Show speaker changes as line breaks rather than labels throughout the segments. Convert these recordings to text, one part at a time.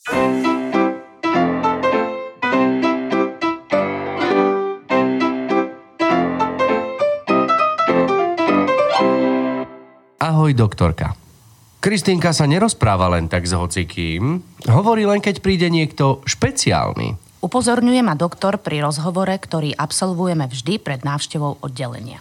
Ahoj, doktorka. Kristínka sa nerozpráva len tak s hocikým. Hovorí len, keď príde niekto špeciálny.
Upozorňuje ma doktor pri rozhovore, ktorý absolvujeme vždy pred návštevou oddelenia.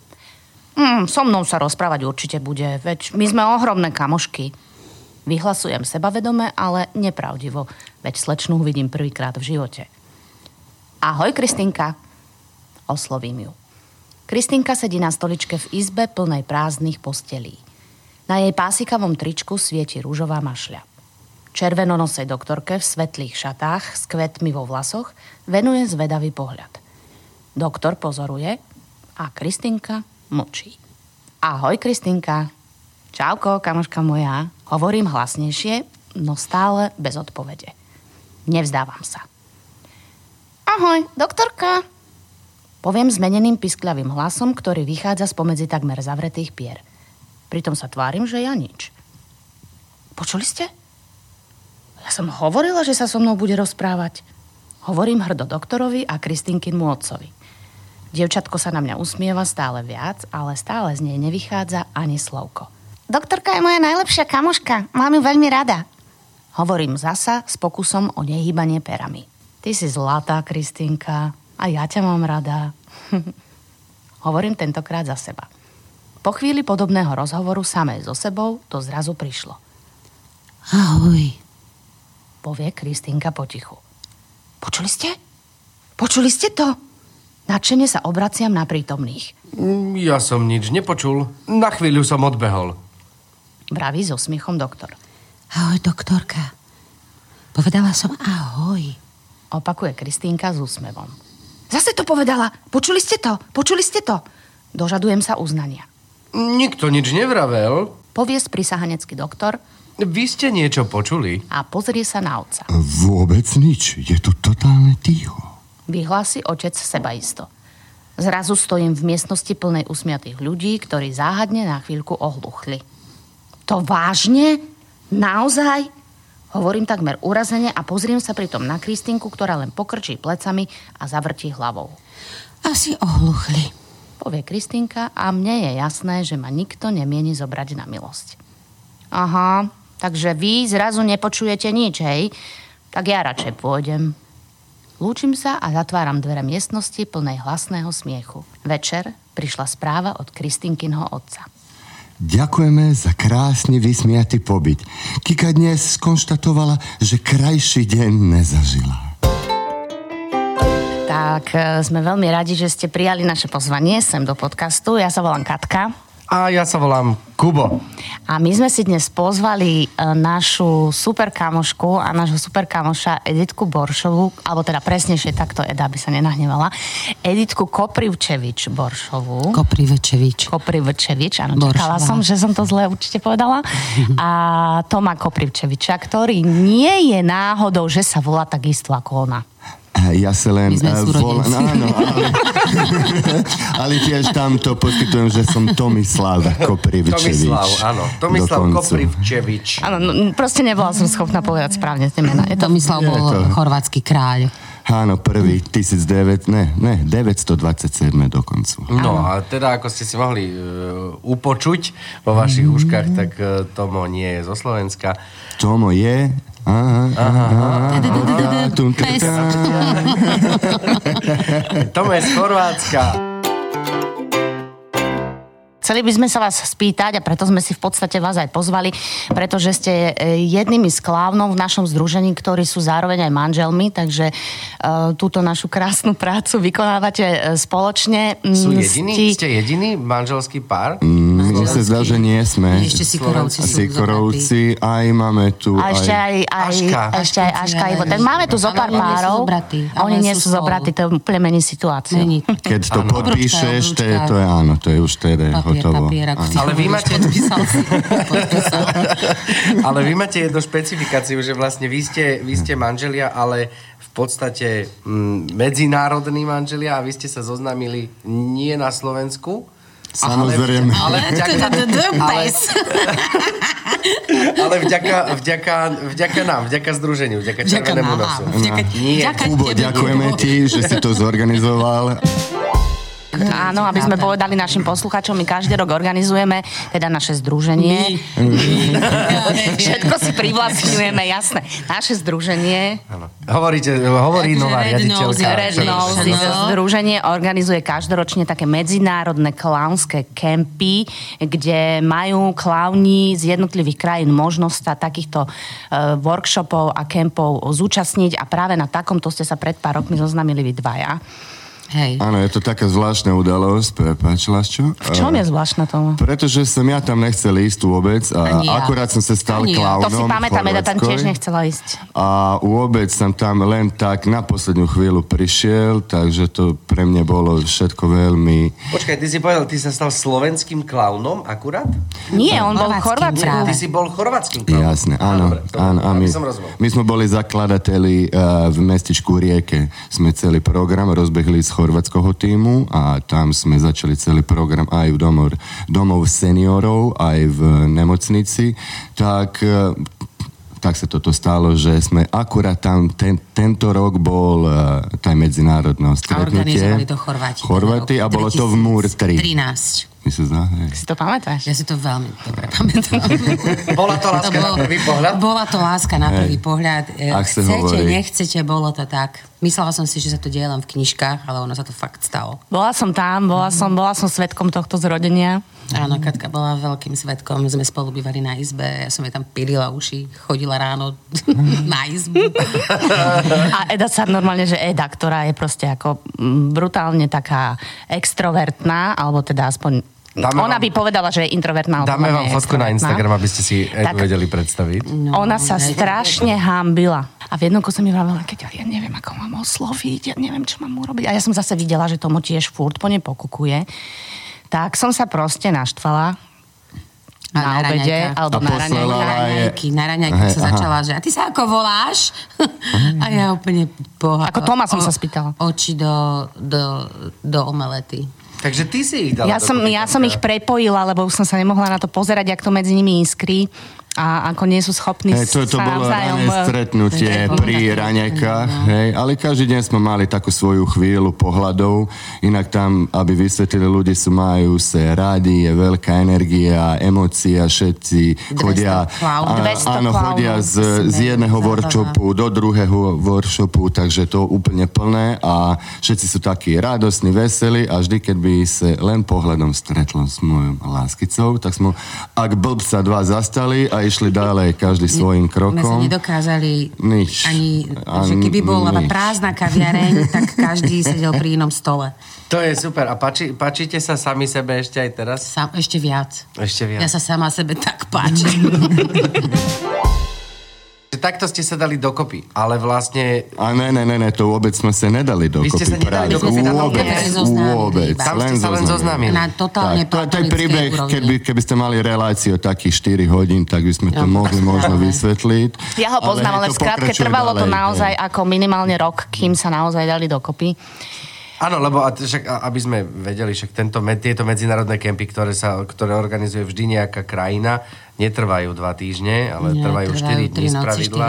So mnou sa rozprávať určite bude, veď my sme ohromné kamošky. Vyhlasujem sebavedome, ale nepravdivo, veď slečnú vidím prvýkrát v živote. Ahoj, Kristínka. Oslovím ju. Kristínka sedí na stoličke v izbe plnej prázdnych postelí. Na jej pásikavom tričku svieti ružová mašľa. Červenonosej doktorke v svetlých šatách s kvetmi vo vlasoch venuje zvedavý pohľad. Doktor pozoruje a Kristínka mlčí. Ahoj, Kristínka. Čauko, kamoška moja. Hovorím hlasnejšie, no stále bez odpovede. Nevzdávam sa. Ahoj, doktorka. Poviem zmeneným piskľavým hlasom, ktorý vychádza spomedzi takmer zavretých pier. Pritom sa tvárim, že ja nič. Počuli ste? Ja som hovorila, že sa so mnou bude rozprávať. Hovorím hrdo doktorovi a Kristínkinmu otcovi. Dievčatko sa na mňa usmieva stále viac, ale stále z nej nevychádza ani slovko. Doktorka je moja najlepšia kamoška. Mám ju veľmi rada. Hovorím zasa s pokusom o nehýbanie perami. Ty si zlatá, Kristínka. A ja ťa mám rada. Hovorím tentokrát za seba. Po chvíli podobného rozhovoru samej so sebou to zrazu prišlo. Ahoj, povie Kristínka potichu. Počuli ste? Počuli ste to? Nadšene sa obraciam na prítomných.
Ja som nič nepočul. Na chvíľu som odbehol.
Vraví so smiechom doktor.
Ahoj, doktorka. Povedala som ahoj.
Opakuje Kristínka s úsmevom. Zase to povedala. Počuli ste to? Počuli ste to? Dožadujem sa uznania.
Nikto nič nevravel.
Povie sprisahanecký doktor.
Vy ste niečo počuli?
A pozrie sa na otca.
Vôbec nič. Je tu totálne ticho.
Vyhlási otec sebaisto. Zrazu stojím v miestnosti plnej usmiatých ľudí, ktorí záhadne na chvíľku ohluchli. To vážne? Naozaj? Hovorím takmer urazene a pozriem sa pritom na Kristínku, ktorá len pokrčí plecami a zavrtí hlavou.
Asi ohluchli,
povie Kristínka a mne je jasné, že ma nikto nemieni zobrať na milosť. Aha, takže vy zrazu nepočujete nič, hej? Tak ja radšej pôjdem. Lúčim sa a zatváram dvere miestnosti plnej hlasného smiechu. Večer prišla správa od Kristínkinho otca.
Ďakujeme za krásne vysmiatý pobyt. Kika dnes skonštatovala, že krajší deň nezažila.
Tak sme veľmi radi, že ste prijali naše pozvanie sem do podcastu. Ja sa volám Katka.
A ja sa volám Kubo.
A my sme si dnes pozvali našu super kamošku a nášho super kamoša Editku Boršovú, alebo teda presnejšie takto Eda, aby sa nenahnevala. Editku Koprivčevič-Boršovú. Koprivčevič, áno, čakala som, že som to zle určite povedala. A Toma Koprivčeviča, ktorý nie je náhodou, že sa volá takisto ako ona.
Ja sa len volám, áno, ale tiež tamto poskytujem, že som Tomislav Koprivčevič.
Tomislav Koprivčevič.
Áno, proste nebola som schopná povedať správne tie mená.
Tomislav bol chorvátsky kráľ.
Áno, prvý 927 dokoncu.
No a teda, ako ste si mohli upočuť vo vašich uškách, tak Tomo nie je zo Slovenska.
Tomo je...
Tomo je z Chorvátska.
Chceli by sme sa vás spýtať, a preto sme si v podstate vás aj pozvali, pretože ste jednými z klávnov v našom združení, ktorí sú zároveň aj manželmi, takže túto našu krásnu prácu vykonávate spoločne.
Sú jediní? Ste jediný manželský pár?
Mne sa zdá, že nie sme.
Ešte Sikorovci sú
Sikorovci, aj máme tu...
A ešte aj Aška. Máme tu zo pár párov. Oni nie sú zobratí, to úplne mení situáciu.
Keď to podpíšeš, to je áno, to je už teda hotovo.
Ale vy máte jednu špecifikáciu, že vlastne vy ste manželia, ale v podstate medzinárodní manželia a vy ste sa zoznámili nie na Slovensku.
Samozrejme.
Ale vďaka nám, vďaka združeniu, vďaka Červenému nosu.
Kubo, ďakujeme ti, že si to zorganizoval.
Áno, aby sme povedali našim poslucháčom, my každý rok organizujeme teda naše združenie. Všetko si privlastňujeme, jasné. Naše združenie.
Hovorí nová riaditeľka.
Red Nose združenie organizuje každoročne také medzinárodné klaunské kempy, kde majú klauni z jednotlivých krajín možnosť sa takýchto workshopov a kempov zúčastniť a práve na takomto ste sa pred pár rokmi zoznamili vy dvaja.
Hej.
Áno, je to taká zvláštna udalosť, prepáč, Lasčo.
V čom je zvláštna tomu?
Pretože som ja tam nechcel ísť vôbec a akurát som sa stal klaunom.
To si pamätám, ja tam tiež nechcela ísť.
A vôbec som tam len tak na poslednú chvíľu prišiel, takže to pre mňa bolo všetko veľmi...
Počkaj, ty si povedal, ty sa stal slovenským klaunom akurát?
Nie, on bol chorvátsky.
Ty si bol chorvátskym klaunom.
Jasné, áno. A my sme boli zakladateli v mestečku Rieke. Sme celý program rozbehli z chorvátskeho týmu a tam sme začali celý program aj v domov seniorov, aj v nemocnici. Tak sa toto stalo, že sme akurát tam, tento rok bol tá medzinárodné stretnutie.
A organizovali to
Chorváti a bolo to v Múr 3.
13.
Mi sa zdá,
Si to pamätáš?
Ja si to veľmi dobre pamätám.
Bola to láska na prvý pohľad?
Bola to láska na prvý pohľad. Chcete, nechcete, bolo to tak. Myslela som si, že sa to deje len v knižkách, ale ono sa to fakt stalo.
Bola som tam, bola som svedkom tohto zrodenia.
Áno, Katka bola veľkým svedkom. Sme spolu bývali na izbe, ja som jej tam pilila uši, chodila ráno na izbu.
A Eda sa normálne, že Eda, ktorá je proste ako brutálne taká extrovertná, alebo teda aspoň ona by povedala, že je introvertná.
Dáme vám fotku na Instagram, aby ste si Edu vedeli predstaviť.
No, ona sa strašne hanbila. A v jednom kuse mi vravela, keď ja neviem, ako mám osloviť, ja neviem, čo mám urobiť. A ja som zase videla, že Tomo tiež furt po nej pokukuje. Tak som sa proste naštvala na obede, alebo na raňajky.
Na raňajky sa začala, že a ty sa ako voláš? A ja úplne
ako Toma som sa spýtala.
Oči do omelety.
Takže ty si ich dala
Ja som ich prepojila, lebo už som sa nemohla na to pozerať, jak to medzi nimi iskrí. A ako nie sú schopní
to bolo rané stretnutie pri raňajkách, ale každý deň sme mali takú svoju chvíľu pohľadov, inak tam, aby vysvetlili ľudí, majú sa rádi, je veľká energia, emócia, všetci chodia, chodia z jedného workshopu do druhého workshopu, takže to úplne plné a všetci sú takí radosní, veselí a vždy, keď by sa len pohľadom stretlo s mojou láskicou, tak sme, ak blbca dva zastali a išli ďalej, každý svojím krokom.
My sa nedokázali
nič.
Že keby bola prázdna kaviareň, tak každý sedel pri inom stole.
To je super. A páčite sa sami sebe ešte aj teraz?
Ešte viac.
Ešte viac.
Ja sa sama sebe tak páčim.
Takto ste sa dali dokopy, ale vlastne...
A ne, to vôbec sme sa nedali dokopy.
Vy ste sa nedali dokopy?
Vôbec.
Tam ste sa len zoznamili.
Na totálne
platonickej príbeh, keby ste mali reláciu takých 4 hodín, tak by sme to mohli možno vysvetliť.
Ja ho poznám, ale v skratke trvalo to naozaj ako minimálne rok, kým sa naozaj dali dokopy.
Áno, lebo aby sme vedeli, však tieto medzinárodné kempy, ktoré organizuje vždy nejaká krajina, netrvajú 2 týždne, ale trvajú 4 dní z pravidla.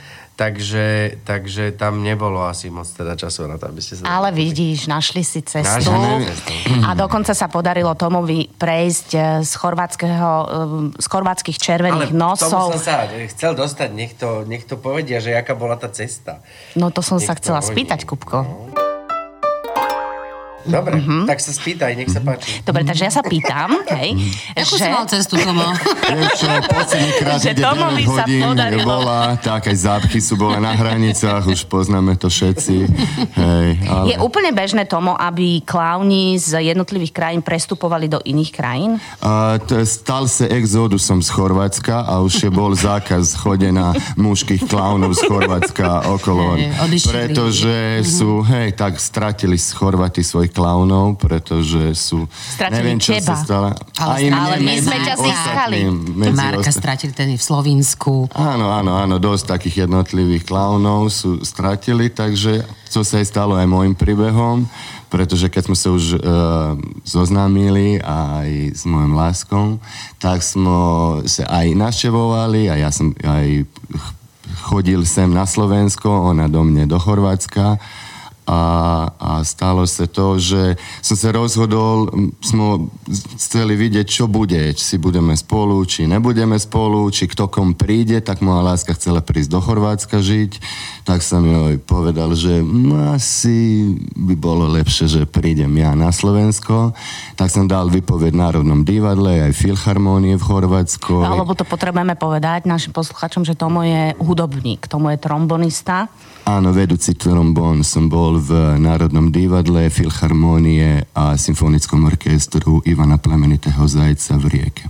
Takže tam nebolo asi moc teda času na to, aby ste sa...
Ale vidíš, našli si cestu. A dokonca sa podarilo Tomovi prejsť z chorvátskych červených nosov.
Ale tomu som sa chcel dostať, nech to povedia, že aká bola tá cesta.
No to som sa chcela spýtať, Kupko.
Dobre, tak sa spýtaj, nech sa páči.
Dobre, takže ja sa pýtam,
Jakú si mal cestu, Tomo?
Poslednýkrát ide 9 hodín bola, tak aj zápchy sú boli na hranicách, už poznáme to všetci.
Je úplne bežné, Tomo, aby klauni z jednotlivých krajín prestupovali do iných krajín?
Stal sa exodusom z Chorvátska a už bol zákaz chodenia mužských klaunov z Chorvátska okolo. Pretože sú, tak stratili z Chorváty svoj klaunov, pretože sú...
Stratili
neviem, čo
teba.
sa stala.
Ale my sme ťa získali.
Marka stratili ten v Slovinsku.
Áno, dosť takých jednotlivých klaunov sú stratili, takže to sa aj stalo aj môjim príbehom, pretože keď sme sa už zoznámili aj s mojou láskou, tak sme sa aj navštevovali a ja som aj chodil sem na Slovensko, ona do mne do Chorvátska a stalo sa to, že som sa rozhodol, sme chceli vidieť, čo bude, či si budeme spolu, či nebudeme spolu, či kto kom príde, tak moja láska chcela prísť do Chorvátska žiť, tak som jej povedal, že asi by bolo lepšie, že prídem ja na Slovensko, tak som dal vypoveď Národnom divadle, aj Filharmonie v Chorvátsku.
Alebo to potrebujeme povedať našim posluchačom, že Tomo je hudobník, Tomo je trombonista.
Áno, vedúci trombón som bol v Národnom divadle, Filharmonie a Symfonickom orchestru Ivana Plemenitého Zajca v Rieke.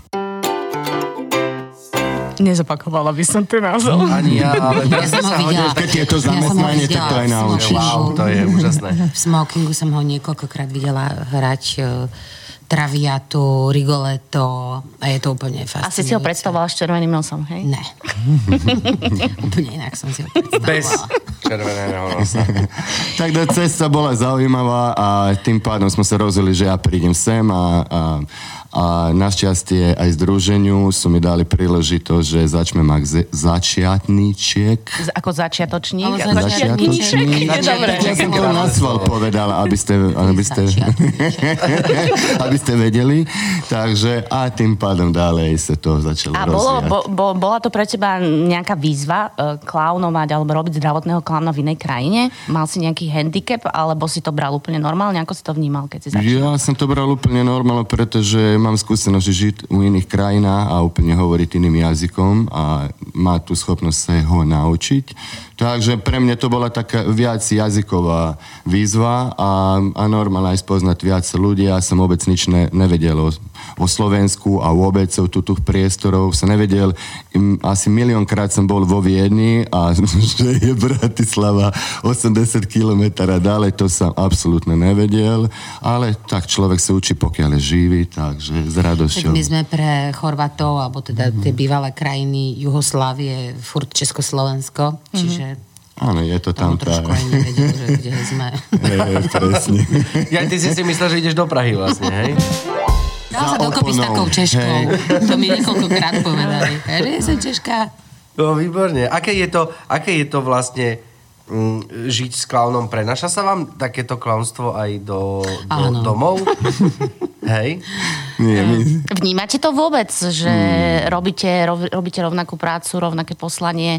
Nezopakovala by som ten názov.
Ani ja, ale
Ja som ho videla.
Keď je to zamestnanie, tak to aj naučíš.
Wow, to je úžasné.
V smokingu som ho niekoľkokrát videla hrať Traviatu, Rigoletto a je to úplne fascinujúce.
Asi si ho predstavovala s červeným nosom, hej?
Ne. Úplne inak som si ho predstavovala.
Bez červeného nosa.
Tak cesta bola zaujímavá a tým pádom sme sa rozhodli, že ja prídem sem a našťastie aj združeniu sú mi dali príležitosť, že začnem ak začiatničiek.
Ako začiatočník?
Začiatočník.
Dobre.
Ja som to na sval povedal, aby ste vedeli. Takže a tým pádom ďalej sa to začalo rozvíjať.
A bola to pre teba nejaká výzva klaunovať alebo robiť zdravotného klauna v inej krajine? Mal si nejaký handicap alebo si to bral úplne normálne? Ako si to vnímal, keď si začal?
Ja som to bral úplne normálne, pretože mám skúsenosť žiť v iných krajinách a úplne hovoriť iným jazykom a má tú schopnosť sa ho naučiť. Takže pre mňa to bola taká viac jazyková výzva a normálne aj spoznať viac ľudí. Ja som vôbec nič nevedel o Slovensku a vôbec o tutých priestoroch sa nevedel. Asi miliónkrát som bol vo Viedni a že je Bratislava 80 kilometra ďalej, to som absolútne nevedel, ale tak človek sa učí, pokiaľ je živý, takže s radosťou.
Tak my sme pre Chorvatov, alebo teda tie bývalé krajiny Juhoslávie, furt Československo, čiže
áno, je to tam
trošku aj nevedel, že kde sme.
Presne.
Ja, ty si myslel, že ideš do Prahy vlastne, hej?
Dal sa dokopy s takou Češkou. To mi niekoľkokrát povedali. Že som Češka.
No, výborne. Aké je to vlastne žiť s klaunom? Prenáša sa vám takéto klaunstvo aj do domov? Hej?
Nie,
Vnímate to vôbec, že robíte rovnakú prácu, rovnaké poslanie?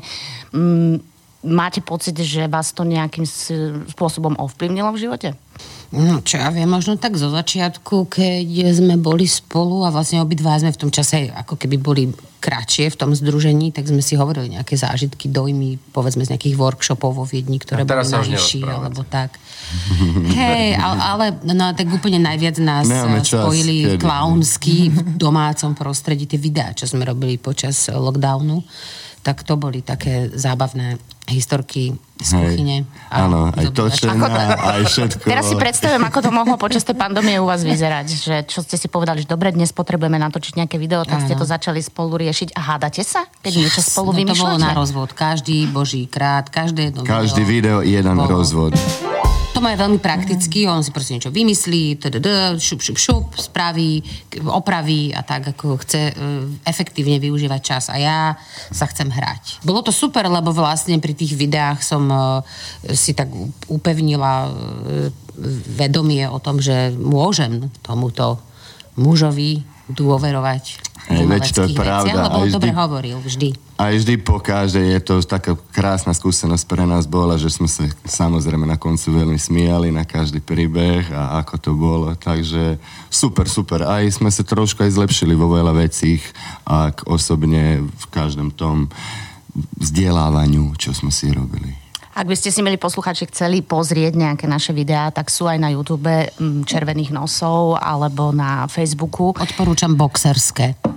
Máte pocit, že vás to nejakým spôsobom ovplyvnilo v živote?
No, čo ja viem, možno tak zo začiatku, keď sme boli spolu a vlastne obidva sme v tom čase ako keby boli kratšie v tom združení, tak sme si hovorili nejaké zážitky, dojmy, povedzme z nejakých workshopov vo Viedni, ktoré boli na Ríši, alebo tak. Hej, ale no, tak úplne najviac nás spojili klaunsky v domácom prostredí, tie videá, čo sme robili počas lockdownu, tak to boli také zábavné historky z kuchyne.
Áno, aj točená, aj všetko.
Teraz si predstavujem, ako to mohlo počas tej pandémie u vás vyzerať. Že čo ste si povedali, že dobre, dnes potrebujeme natočiť nejaké video, tak ste to začali spolu riešiť a hádate sa? Keď niečo spolu vymýšľate?
To bolo na rozvod. Každý boží krát, každé
video, jeden rozvod.
To má veľmi prakticky, on si proste niečo vymyslí, šup, spraví, opraví a tak, ako chce efektívne využívať čas. A ja sa chcem hrať. Bolo to super, lebo vlastne pri tých videách som si tak upevnila vedomie o tom, že môžem tomuto mužovi dôverovať v umeleckých veciach, lebo on dobre hovoril vždy.
A vždy po každej je to taká krásna skúsenosť pre nás bola, že sme sa samozrejme na koncu veľmi smiali na každý príbeh a ako to bolo. Takže super. Aj sme sa trošku aj zlepšili vo veľa vecích a osobne v každom tom vzdelávaniu, čo sme si robili.
Ak by ste si milí posluchači chceli pozrieť nejaké naše videá, tak sú aj na YouTube Červených nosov alebo na Facebooku.
Odporúčam boxerské.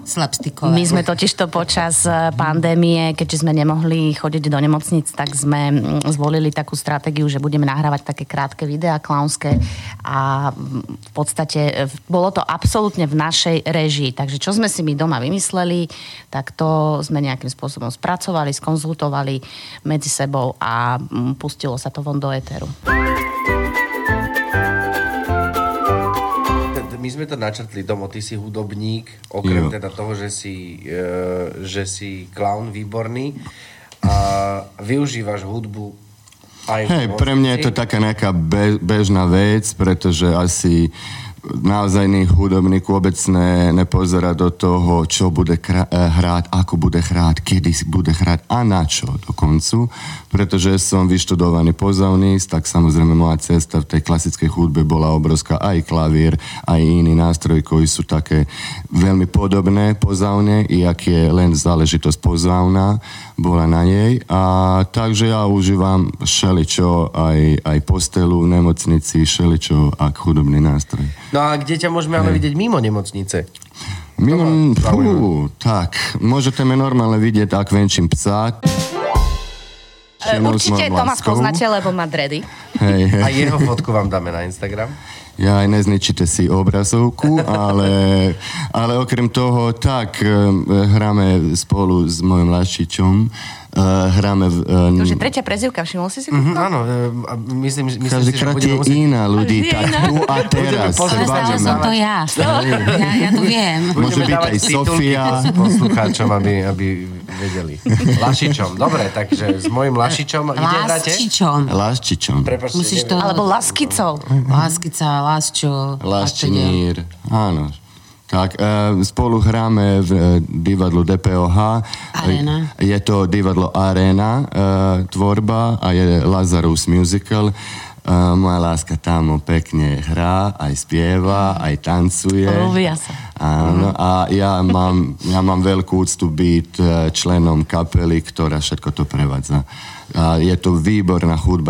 slapstickové.
My sme totižto počas pandémie, keďže sme nemohli chodiť do nemocnic, tak sme zvolili takú stratégiu, že budeme nahrávať také krátke videá klaunské a v podstate bolo to absolútne v našej réžii. Takže čo sme si my doma vymysleli, tak to sme nejakým spôsobom spracovali, skonzultovali medzi sebou a pustilo sa to von do éteru.
My sme to načrtli, Domo, ty si hudobník, okrem teda toho, že si klaun výborný a využívaš hudbu aj v
Hej, pre mňa je to taká nejaká bežná vec, pretože asi naozajný hudobník vôbec nepozerá do toho, čo bude hrať, ako bude hrať, kedy bude hrať a na čo do koncu. Pretože som vyštudovaný pozavnist, tak samozrejme moja cesta v tej klasickej hudbe bola obrovská, aj klavír, aj iný nástroj, ktorí sú také veľmi podobné pozavne, i ak je len záležitosť pozavná, bola na nej. A takže ja užívam šeličo, aj postelu v nemocnici, šeličo ako hudobný nástroj.
No a kde ťa môžeme ale vidieť mimo nemocnice?
Tak, môžete ma normálne vidieť, ak venčím psa.
Určite Tomáš poznáte, lebo má dready.
Hej.
A jeho fotku vám dáme na Instagram.
Ja aj nezničíte si obrazovku, ale okrem toho, tak, hráme spolu s mojim Lašičom. Hráme
To už je tretia prezivka, všimol si kúko?
Áno, myslím
každý
si, že
krát
budeme
je iná ľudí, tak tu a teraz.
Ale som to ja. Ja to viem.
Môže byť aj Sofia.
Poslucháčom, aby vedeli. Lašičom. Dobre, takže s mojim Lašičom ide hráte?
Lašičom.
Prepáčte,
Musíš to...
Alebo Laskicou.
Láskica, Lásčo.
Laščinír. Áno. Tak, spolu hráme v divadlu DPOH.
Arena.
Je to divadlo Arena, tvorba a je Lazarus musical. Moja láska tam pekne hrá, aj spieva, aj tancuje.
Ľúbia sa.
Áno, a ja mám veľkú úctu byť členom kapely, ktorá všetko to prevádza. A je to výborná hudba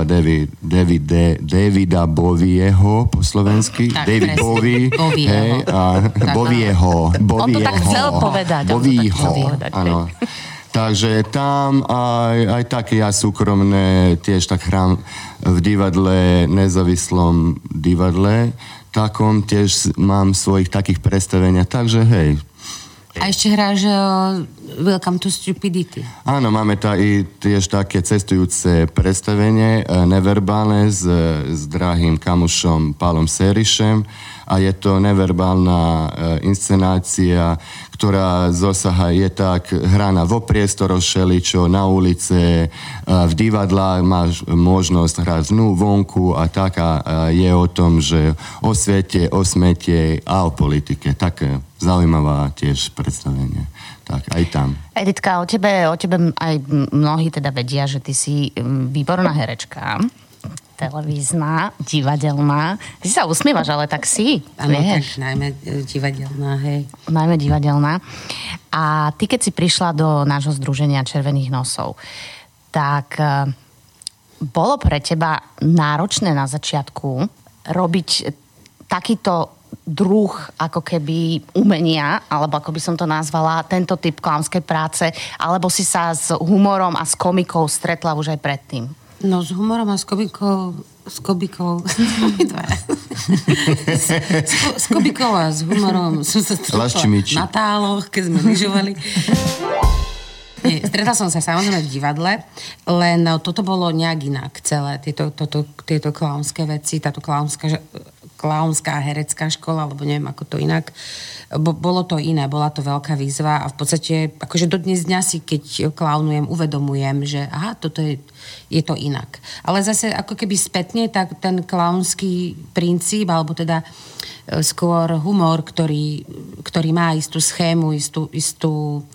Davida Bovieho po slovensky.
Tak,
David Bowie. Hej, Bovieho.
On to tak chcel povedať.
Bovieho, áno. Takže tam aj také ja súkromné tiež tak hrám v divadle, nezávislom divadle. Takom tiež mám svojich takých predstavenia. Takže hej.
A ešte hráš Welcome to Stupidity.
Áno, máme tiež také cestujúce predstavenie neverbálne s drahým kamušom Pálom Serišem a je to neverbálna inscenácia, ktorá je tak hraná vo priestoroch šeličo, na ulice, v divadlách máš možnosť hrať vonku a taká je o tom, že o svete, o smete a o politike. Také zaujímavá tiež predstavenie. Tak, aj tam.
Editka, o tebe aj mnohí teda vedia, že ty si výborná herečka, televízna, divadelná. Ty sa usmievaš, ale tak si.
Áno, tak najmä divadelná, hej.
Najmä divadelná. A ty, keď si prišla do nášho združenia Červených nosov, tak bolo pre teba náročné na začiatku robiť takýto druh ako keby umenia, alebo ako by som to nazvala, tento typ klaunskej práce, alebo si sa s humorom a s komikou stretla už aj predtým?
No, s humorom a s komikou s komikou a s humorom som sa stretla na táloch, keď sme lyžovali. Nie, stretla som sa samozrejme v divadle, len toto bolo nejak inak celé, tieto klaunské veci, táto klaunská herecká škola, alebo neviem, ako to inak. Bolo to iné, bola to veľká výzva a v podstate, akože do dnes dňa si, keď klaunujem, uvedomujem, že aha, toto je to inak. Ale zase, ako keby spätne, tak ten klaunský princíp, alebo teda skôr humor, ktorý má istú schému, istú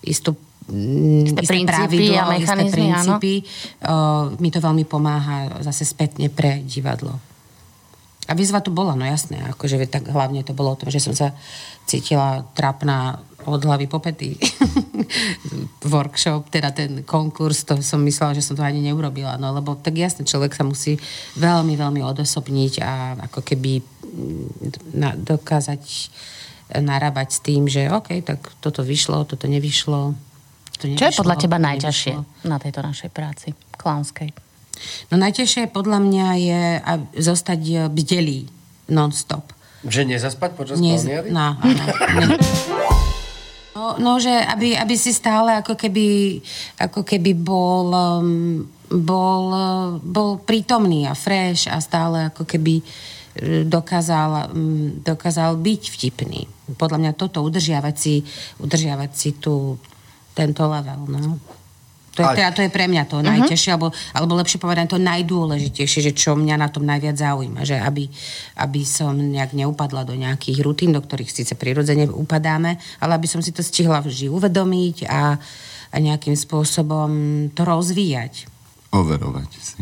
princípy a mechanizmy,
mi to veľmi pomáha zase spätne pre divadlo. A výzva tu bola, no jasné, akože tak hlavne to bolo o tom, že som sa cítila trápna od hlavy po pety. Workshop, teda ten konkurs, to som myslela, že som to ani neurobila, no lebo tak jasne, človek sa musí veľmi, veľmi odosobniť a ako keby dokázať narábať s tým, že OK, tak toto vyšlo, toto nevyšlo.
Čo je podľa teba najťažšie na tejto našej práci klaunskej?
No najťažšie podľa mňa je zostať bdelý non-stop.
Že nezaspať počas klauniady?
No, áno. No, že aby si stále ako keby bol prítomný a fresh a stále ako keby dokázal byť vtipný. Podľa mňa toto udržiavať si tento level, no. To je pre mňa to najťažšie, alebo lepšie povedané to najdôležitejšie, že čo mňa na tom najviac zaujíma, že aby som nejak neupadla do nejakých rutín, do ktorých síce prirodzene upadáme, ale aby som si to stihla vždy uvedomiť a nejakým spôsobom to rozvíjať.
Overovať si.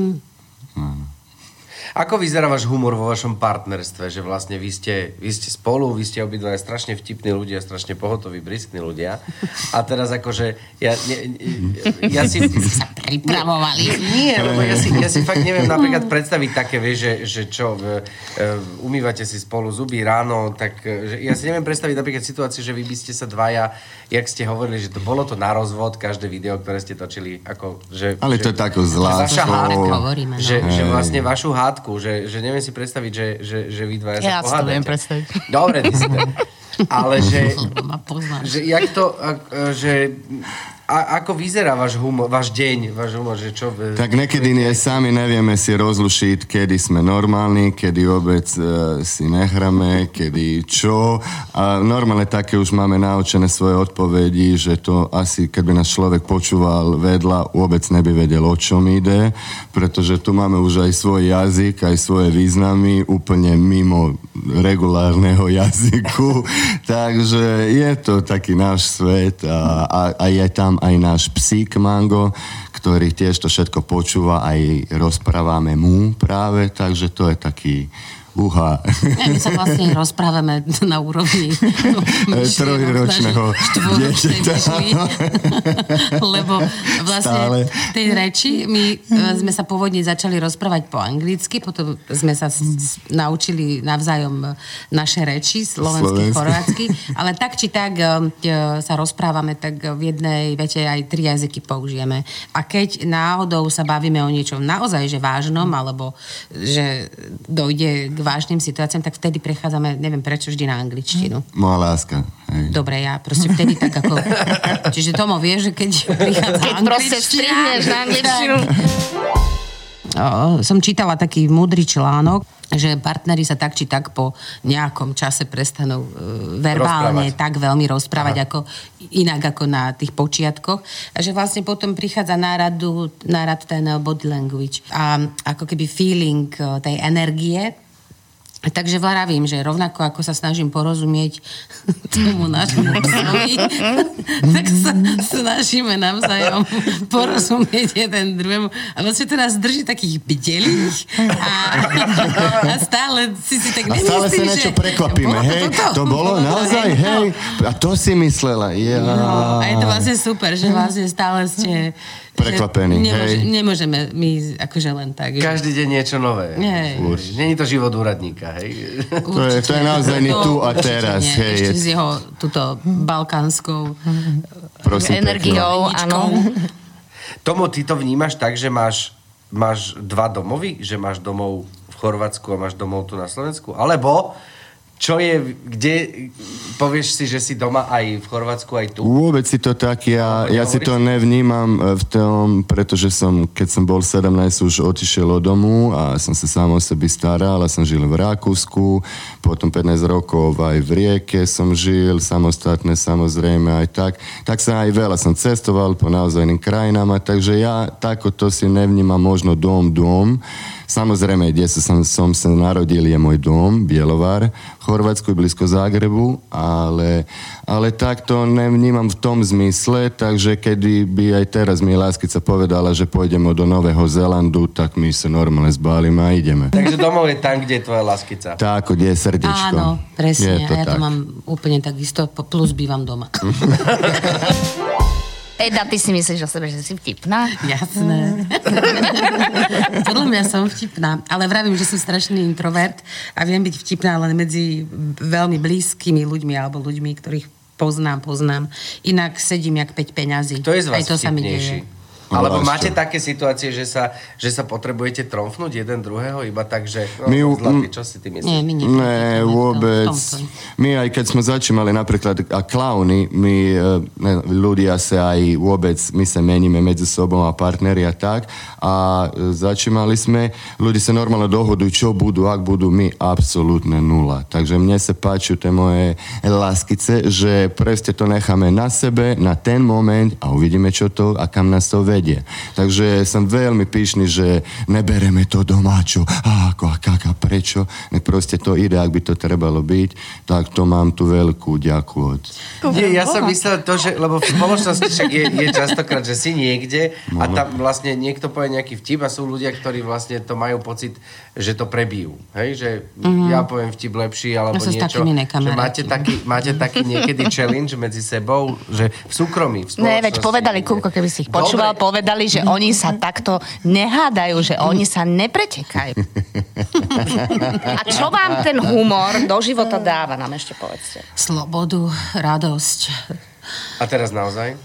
Ako vyzerá váš humor vo vašom partnerstve? Že vlastne vy ste spolu, vy ste obidvaja strašne vtipní ľudia, strašne pohotoví, briskní ľudia. A teraz akože ja si...
sa pripravovali.
Nie, lebo ja si fakt neviem napríklad predstaviť také, vieš, že čo, umývate si spolu zuby ráno, tak že ja si neviem predstaviť napríklad situáciu, že vy by ste sa dvaja, jak ste hovorili, že to bolo to na rozvod, každé video, ktoré ste točili, ako, že...
Ale to je takou zvláštnou.
Že vlastne vašu hádku, že neviem si predstaviť, že vy dvaja sa pohádate.
Ja si to viem predstaviť.
Dobre, ty si to. Ale že jak to, že ako vyzerá váš deň, váš humor, že čo...
Tak niekedy sami nevieme si rozlušiť, kedy sme normálni, kedy vôbec si nehráme, kedy čo. A normálne také už máme naučené svoje odpovedi, že to asi, keby nás človek počúval vedľa, vôbec neby vedel, o čom ide, pretože tu máme už aj svoj jazyk, aj svoje významy, úplne mimo regulárneho jazyku. Takže je to taký náš svet a je tam aj náš psík Mango, ktorý tiež to všetko počúva, aj rozprávame mu práve, takže to je taký uha.
My sa vlastne rozprávame na úrovni
trojročného dieťaťa.
Lebo vlastne tej reči my sme sa pôvodne začali rozprávať po anglicky, potom sme sa naučili navzájom naše reči, slovenský, chorvátsky, ale tak či tak sa rozprávame, tak v jednej vete aj 3 jazyky použijeme. A keď náhodou sa bavíme o niečom naozaj že vážnom, alebo že dojde k vážnym situáciám, tak vtedy prechádzame, neviem prečo, vždy na angličtinu.
Moja láska. Hej.
Dobre, ja proste vtedy tak ako... Čiže Tomo vie, že keď prichádza angličtina...
Proste strihneš na angličtinu.
Som čítala taký múdry článok, že partneri sa tak či tak po nejakom čase prestanú verbálne tak veľmi rozprávať ako inak ako na tých počiatkoch. A že vlastne potom prichádza na rad ten body language a ako keby feeling tej energie. Takže vravím, že rovnako ako sa snažím porozumieť tomu nášmu psovi, tak sa snažíme navzájom porozumieť jeden druhému. A vlastne to nás drží takých bdelých a stále si tak nemyslíš, že...
A stále sa niečo prekvapíme, hej? To bolo naozaj, hej? A to si myslela,
No, a je to vlastne super, že vlastne stále ste...
Prekvapení, hej.
Nemôžeme my akože len tak.
Každý deň niečo nové. Není to život úradníka, hej?
To je naozaj tu a teraz, hej.
Ešte s jeho túto balkánskou
energiou, áno.
Tomo, ty to vnímaš tak, že máš 2 domovy? Že máš domov v Chorvátsku a máš domov tu na Slovensku? Alebo... Čo je, kde povieš si, že si doma aj v Chorvátsku, aj tu?
Vôbec si to tak, ja si to nevnímam v tom, pretože keď som bol 17, už odišiel od domu a som sa sám o sebe staral a som žil v Rakúsku, potom 15 rokov aj v Rieke som žil, samostatne samozrejme aj tak. Tak sa aj veľa som cestoval po naozaj iným krajinám, takže ja takoto si nevnímam možno dom. Samozrejme, kde som sa narodil, je môj dom, Bielovar, v Chorvátsku, blízko Zágrebu, ale tak to nevnímam v tom zmysle, takže kedy by aj teraz mi láskica povedala, že pôjdeme do Nového Zélandu, tak my sa normálne zbálime a ideme.
Takže domov je tam, kde je tvoja láskica.
Tak, kde je srdiečko.
Áno, presne.
Je to
a ja
tak.
to mám úplne takisto, plus bývam doma.
Eda, ty si myslíš o sebe, že si vtipná?
Jasné. Podľa mňa som vtipná, ale vravím, že som strašný introvert a viem byť vtipná len medzi veľmi blízkymi ľuďmi alebo ľuďmi, ktorých poznám. Inak sedím jak 5 peňazí.
Kto je z vás
aj to sa mi
vtipnejší?
deje.
Alebo máte také situácie, že sa potrebujete tromfnúť jeden druhého, iba tak, že zlatý, čo si ty myslíš?
Nie,
vôbec. My aj keď sme začínali napríklad a klauny, my ľudia sa aj vôbec, my sa meníme medzi sobou a partneri a tak. A začínali sme, ľudia sa normálne dohodujú, čo budú, ak budú, my absolútne nula. Takže mne sa páču tie moje láskice, že presne to necháme na sebe, na ten moment a uvidíme, čo to a kam nás to vedie. Takže som veľmi pyšný, že nebereme to domáčo. Ako, prečo? Nek proste to ide, ak by to trebalo byť, tak to mám tu veľkú ďaku.
Ja som myslel to, že, lebo v spoločnosti však je častokrát, že si niekde a tam vlastne niekto povie nejaký vtip a sú ľudia, ktorí vlastne to majú pocit, že to prebijú. Hej? Že ja poviem vtip lepší, alebo niečo. Že máte taký niekedy challenge medzi sebou, že v súkromí, v spoločnosti.
Ne, veď povedali, Kúbko, keby si ich počúval, povedali, že oni sa takto nehádajú, že oni sa nepretekajú. A čo vám ten humor do života dáva, nám ešte povedzte.
Slobodu, radosť.
A teraz naozaj?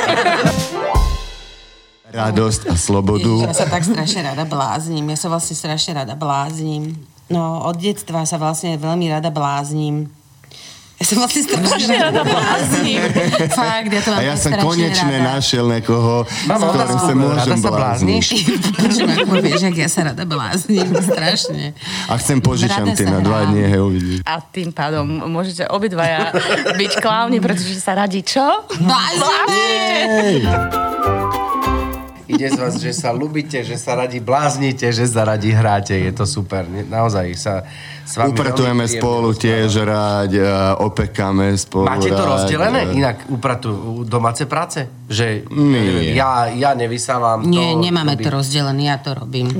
Radosť a slobodu.
Ja sa tak strašne rada blázním. Ja sa vlastne strašne rada blázním. No, od detstva sa vlastne veľmi rada blázním. Ja som vlastne strašne rada blázním. Fakt, ja to mám
a ja som konečne našiel niekoho, s ktorým sa môžem blázniť.
Počujem, ako povieš, jak ja sa rada bláznim. Strašne.
A chcem požičam ty na 2 dní, hej, uvidíš.
A tým pádom môžete obidvaja byť klauni, pretože sa radí čo?
Blázniť!
Ide z vás, že sa ľubíte, že sa radi bláznite, že sa radi hráte. Je to super. Naozaj sa s vami
upratujeme spolu tiež rád, opekáme spolu.
Máte to rozdelené? Inak upratujú domáce práce? Že ja nevysávam to.
Nie, nemáme to rozdelené, ja to robím.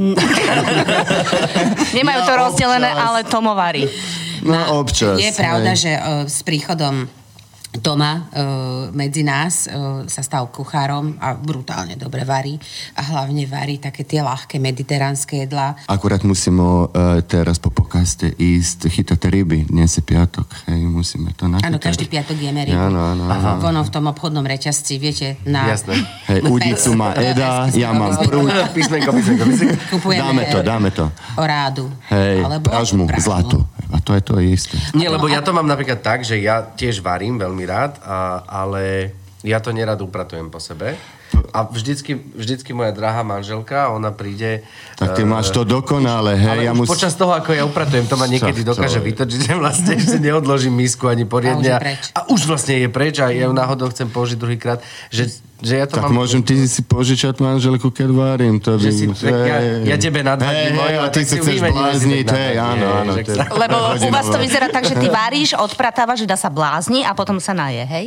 Nemajú to rozdelené, ale Tomo varí.
No občas.
Je pravda, že s príchodom Toma medzi nás sa stal kuchárom a brutálne dobre varí a hlavne varí také tie ľahké mediteránske jedlá.
Akurát musíme teraz po podcaste ísť chytať ryby. Dnes je piatok, hej, musíme to nachytať.
Áno, každý piatok jeme ryby.
Áno.
Ono v tom obchodnom reťazci, viete, na...
Jasné.
Hej, udicu má Eda, ja mám prúd.
Písmenko.
Dáme to.
Orádu.
Hej, pražmu, zlato. A to je to isté.
Nie, lebo ja to mám napríklad tak, že ja tiež varím veľmi rád, ale ja to nerad upratujem po sebe. A vždycky moja drahá manželka, ona príde...
Tak ty máš to dokonale, hej.
Ale počas toho, ako ja upratujem, to ma niekedy dokáže vytočiť, že vlastne ešte neodložím misku ani poriadne. A už vlastne je preč a ja ju náhodou chcem použiť druhýkrát, že ja to
tak
mám...
môžem ty si požičať manželku, keď varím. To by...
ja tebe na 2 dní moju, a
ty si chceš blázniť, hej, áno.
Lebo u vás to vyzerá tak, že ty varíš, odpratávaš, že dá sa blázni a potom sa naje, hej?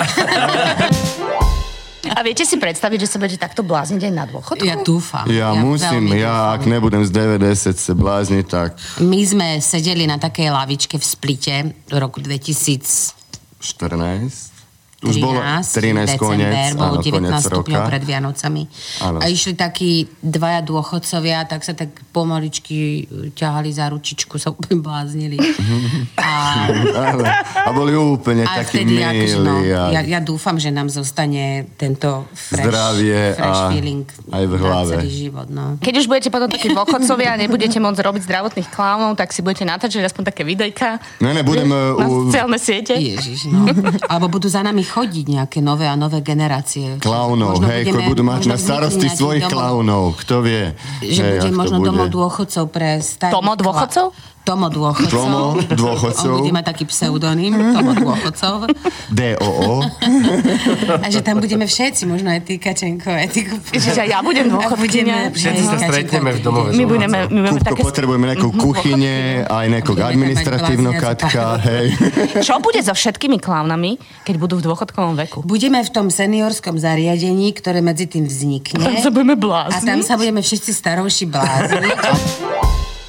A viete si predstaviť, že sa budete takto blázniť aj na dôchodku?
Ja dúfam.
Ja musím, ak nebudem z 90 sa blázniť, tak...
My sme sedeli na takej lavičke v Splite v roku 2014. Už bolo 13 koniec,
bolo
19 stupňov pred Vianocami. Áno. A išli takí 2 dôchodcovia, tak sa tak pomaličky ťahali za ručičku, sa úplne bláznili.
A boli úplne takí milí.
Ja dúfam, že nám zostane tento fresh feeling
aj v hlave.
Na celý život. No.
Keď už budete potom takí dôchodcovia a nebudete môcť robiť zdravotných klaunov, tak si budete natáčať aspoň také videjka.
Budeme
na sociálne siete.
Ježiš, no. Alebo budú za nami chodiť nejaké nové a nové generácie.
Klaunov, hej, budú mať na starosti svojich klaunov, kto vie.
Že bude možno domov dôchodcov pre starých...
Tomo dôchodcov?
Tomo dôchodcov. On bude mať taký pseudonym, Tomo dôchodcov.
DOO.
A že tam budeme všetci, možno aj ty, Kačenko, aj ty Kupko.
Že ja budem dôchodkyňa.
Všetci sa stretneme v domove.
My budeme
Kupko, potrebujeme nejakú kuchyne, aj nejakú administratívnu Katka, hej.
Čo bude so všetkými klaunami, keď budú v dôchodkovom veku?
Budeme v tom seniorskom zariadení, ktoré medzi tým vznikne.
Tam sa budeme blázniť.
A tam sa budeme všetci starovší blázniť.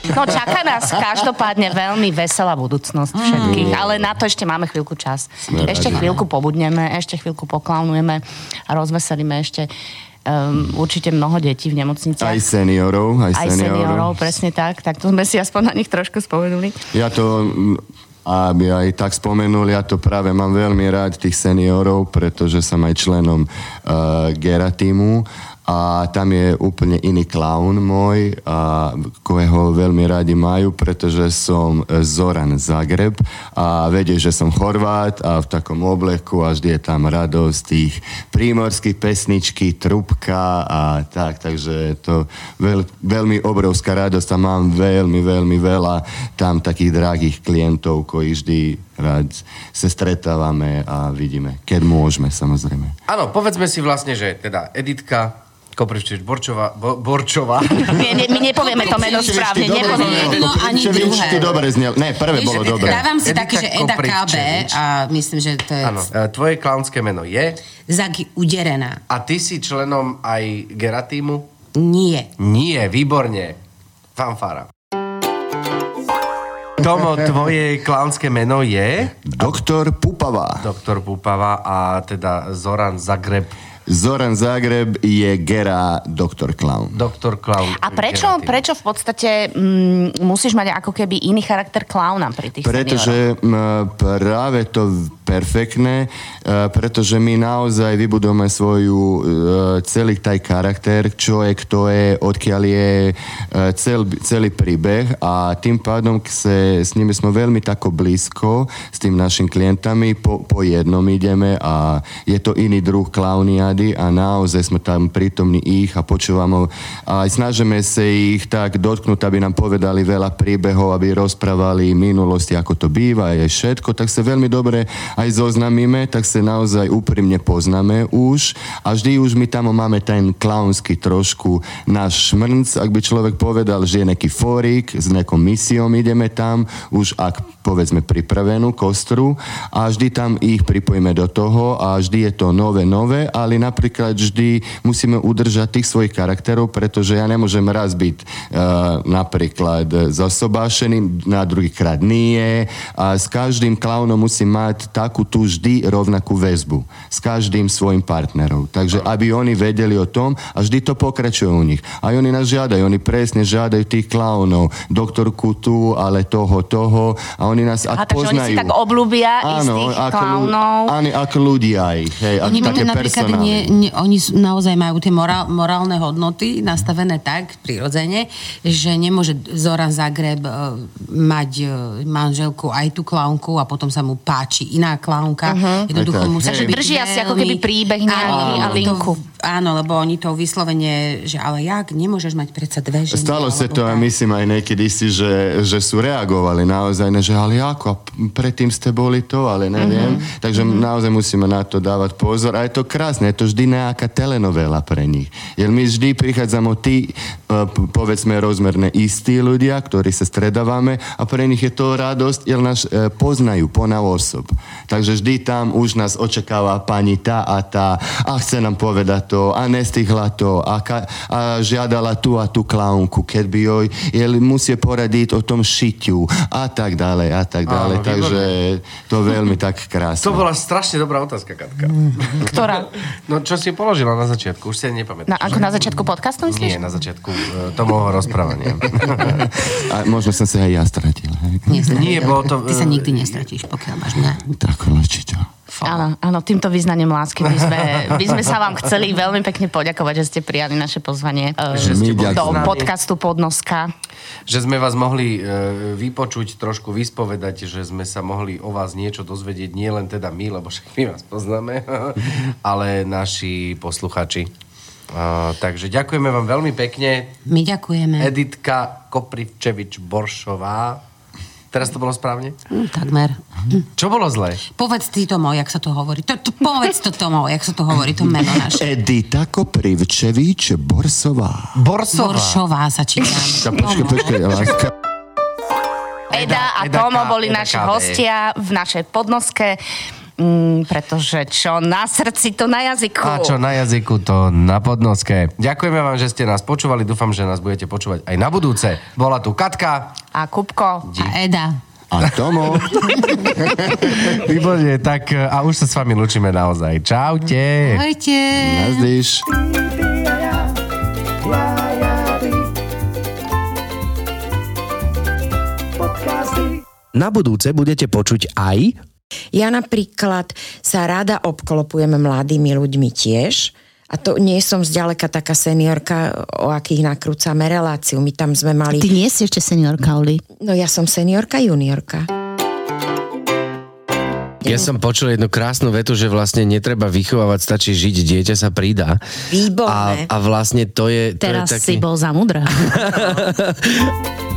No čaká nás každopádne veľmi veselá budúcnosť všetkých, ale na to ešte máme chvíľku čas. Ešte chvíľku pobudneme, ešte chvíľku poklaunujeme a rozveselíme ešte určite mnoho detí v nemocniciach.
Aj seniorov.
Aj seniorov, presne tak. Tak to sme si aspoň na nich trošku spomenuli.
Ja to... Aby aj tak spomenul, ja to práve mám veľmi rád tých seniorov, pretože som aj členom Gera týmu a tam je úplne iný klaun môj, koho veľmi radi majú, pretože som Zoran Zagreb a vedie, že som Chorvát a v takom obleku a vždy je tam radosť tých prímorských pesničky, trubka a tak, takže je to veľmi obrovská radosť a mám veľmi veľa tam takých drahých klientov, ktorí vždy rád sa stretávame a vidíme, keď môžeme, samozrejme.
Áno, povedzme si vlastne, že teda Editka Borčová.
My nepovieme to meno správne.
No ani druhé.
Ty dobre znel. Ne, prvé bolo dobre.
Dávam si také, že Eda KB a myslím, že to je...
Áno, tvoje klaunské meno je?
Zagi Uderená.
A ty si členom aj Gera týmu?
Nie.
Nie, výborne. Fanfára. Tomo, tvoje klaunské meno je?
Doktor Pupava.
Doktor Pupava a teda Zoran Zagreb.
Zoran Zagreb je Gera Doktor Clown.
Doktor Clown.
A prečo v podstate musíš mať ako keby iný charakter klauna pri tých
Pretože práve to perfektné, pretože my naozaj vybudujeme celý taj charakter, čo je, kto je, odkiaľ je celý príbeh a tým pádom s nimi sme veľmi tako blízko s tým našim klientami, po jednom ideme a je to iný druh klaunia a naozaj sme tam prítomní ich a počúvame a snažíme sa ich tak dotknúť, aby nám povedali veľa príbehov, aby rozprávali minulosti, ako to býva, je všetko, tak sa veľmi dobre aj zoznamíme, tak sa naozaj úprimne poznáme už a vždy už my tam máme ten klaunský trošku náš šmrnc, ak by človek povedal, že je nejaký fórik, s nejakou misiou ideme tam, už ak povedzme pripravenú kostru a vždy tam ich pripojíme do toho a vždy je to nové, ale napríklad vždy musíme udržať tých svojich charakterov, pretože ja nemôžem raz byť napríklad zasobášený, na druhýkrát nie a s každým klaunom musím mať takú tú vždy rovnakú väzbu. S každým svojim partnerom. Takže aby oni vedeli o tom a vždy to pokračuje u nich. A oni nás žiadajú, oni presne žiadajú tých klaunov. Doktorku tu, ale toho a oni nás ak poznajú.
Takže oni si tak obľúbia istých klaunov.
Ako ľudia ich. Hej,
oni
také personálne.
Oni naozaj majú tie morálne hodnoty nastavené tak prirodzene, že nemôže Zoran Zagreb mať manželku aj tú klaunku a potom sa mu páči iná klaunka. Jednoducho musí byť
držia si ako keby príbeh nejaký a linku.
Áno, lebo oni to vyslovene, že ale jak, nemôžeš mať predsa dve ženy.
Stalo sa to a myslím aj niekedy si, že sú reagovali naozaj, že ale ako, a predtým ste boli to, ale neviem. Takže naozaj musíme na to dávať pozor. A je to krásne, je to vždy nejaká telenovela pre nich. My vždy prichádzame tí, povedzme, rozmerne istí ľudia, ktorí sa stredávame a pre nich je to radosť, jer nás poznajú osob. Takže vždy tam už nás očakáva pani tá a tá a chce nám povedať to a nestihla to a žiadala tú a tú klaunku, keď by musí poradiť o tom šitiu a tak ďalej. Áno, takže to veľmi tak krásne.
To bola strašne dobrá otázka, Katka.
Ktorá?
No, čo si položila na začiatku? Už si nepamätáš.
Ako na začiatku podcastu, myslíš?
Nie, na začiatku toho rozprávania.
A možno som sa aj ja stratil.
Nie, bolo to...
Ty sa nikdy nestratíš, pokiaľ máš mňa.
Tak určite.
Áno, týmto význaním lásky by sme sa vám chceli veľmi pekne poďakovať, že ste prijali naše pozvanie do podcastu Podnoska.
Že sme vás mohli vypočuť, trošku vyspovedať, že sme sa mohli o vás niečo dozvedieť, nie len teda my, lebo však my vás poznáme, ale naši posluchači. Takže ďakujeme vám veľmi pekne.
My ďakujeme.
Editka Koprivčevič-Boršová. Teraz to bolo správne?
Takmer.
Čo bolo zlé?
Povedz ty, Tomo, jak sa to hovorí. Povedz to, Tomo, jak sa to hovorí, to meno naše.
Edita Koprivčevič-Borsová.
Boršová sa čítam.
Počkaj, láska.
Eda a Tomo boli naši hostia v našej Podnoske. Pretože čo na srdci, to na jazyku.
A čo na jazyku, to na podnoske. Ďakujeme vám, že ste nás počúvali. Dúfam, že nás budete počúvať aj na budúce. Bola tu Katka.
A Kupko.
A Eda.
A Tomo.
Výborne, tak a už sa s vami lúčime naozaj. Čaute.
Ahojte.
Nazdíš.
Na budúce budete počuť aj...
Ja napríklad sa rada obklopujem mladými ľuďmi tiež. A to nie som zďaleka taká seniorka, o akých nakrúcame reláciu. My tam sme mali...
Ty nie si ešte seniorka, Oli.
No ja som seniorka, juniorka.
Ja som počul jednu krásnu vetu, že vlastne netreba vychovávať, stačí žiť, dieťa sa pridá.
Výborné.
A vlastne to je...
Teraz
to je taký...
si bol za mudrá.